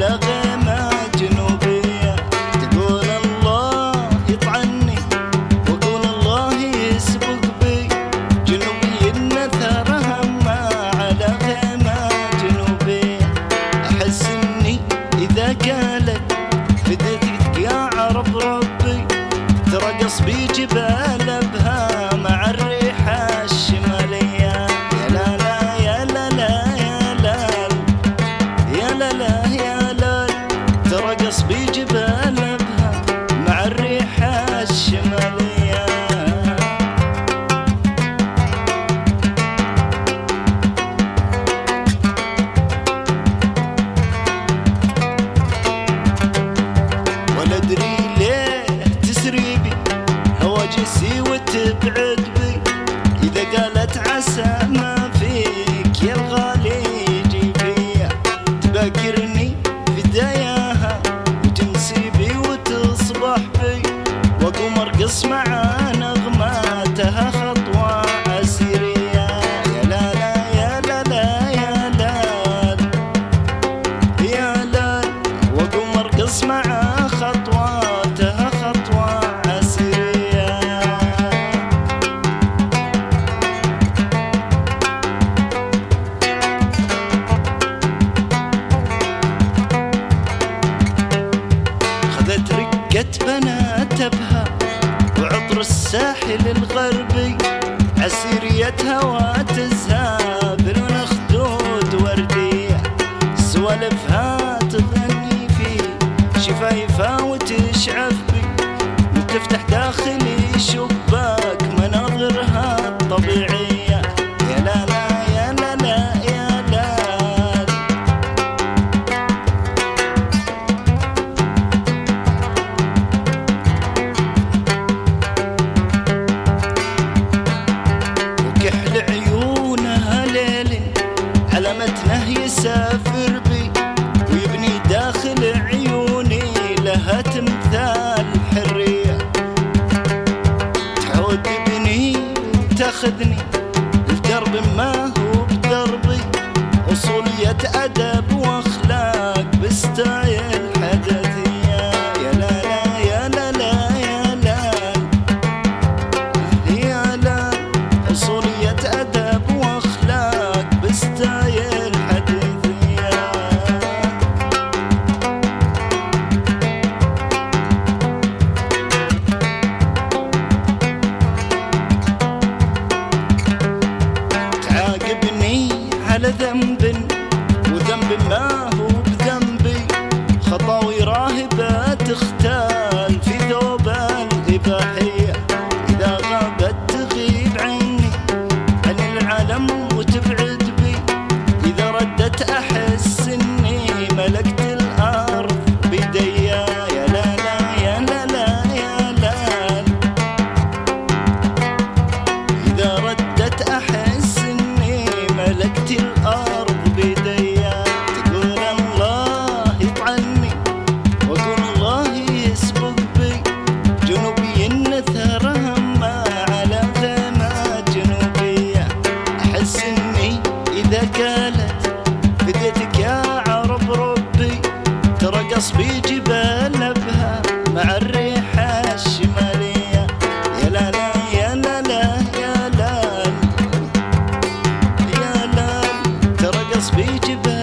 على غيمة جنوبية. تقول الله يطعني واقول الله يسبق بي، جنوبي النثر همه على غيمة جنوبية. احس اني اذا قالت فديتك يا عرب ربي، ترقص بجبال ابها مع الريحة الشمالية. يا لا لا يا لا لا يا لا يا لا لا يا لا، ترقص بجبال ابها مع الريحة الشمالية. ولا ادري ليه تسري بي هواجسي وتبعد بي، إذا قالت عسى ما فيك يا الغالي يجي فيا. تباكرني في داياها وتمسي بي وتصبح بي، واقوم ارقص مع نغماتها خطوة عسيرية. يا لا لا يا لا لا يا لا يا لا، واقوم ارقص مع خطواتها خطوة عسيرية. خذت رقة بنات ابها وعطر الساحل الغربي، عسيريتها وتزهابل ونخدود وردية. سوالفها تغني في شفايفها وتشعف بي، وتفتح داخلي شباك مناظرها الطبيعية. يا لا لا يا لا لا يا لا. وكحل عيونها ليل على متنه يسافر بي، ويبني داخل عيوني لها تمثال حرية. تعود بني تاخذني لدرب ما هو بدربي، أصولية أدب وأخلاق بستايل حدثية. يا لا لا يا لا لا يا لا يا لا، أصولية أدب وأخلاق بستايل حدثية. تعاقبني على ذنب وذنب ما هو بذنبي، خطاوي راهبة تختال في ثوب الإباحية. إذا غابت تغيب عني عن العالم وتبعد بي، إذا ردت أحس إني ملكت الأرض بيديا. يا لا لا يا لا لا يا لا، إذا ردت أحس إني ملكت الأرض بيديا. تقول الله يطعني واقول الله يسبق بي، جنوبي النثر همه على غيمة جنوبية. أحس إني إذا قالت فديتك يا عرب ربي، ترقص بجبال ابها مع الريحة الشمالية. يا لا لا يا لا لا يا لا يا لا، ترقص بجبال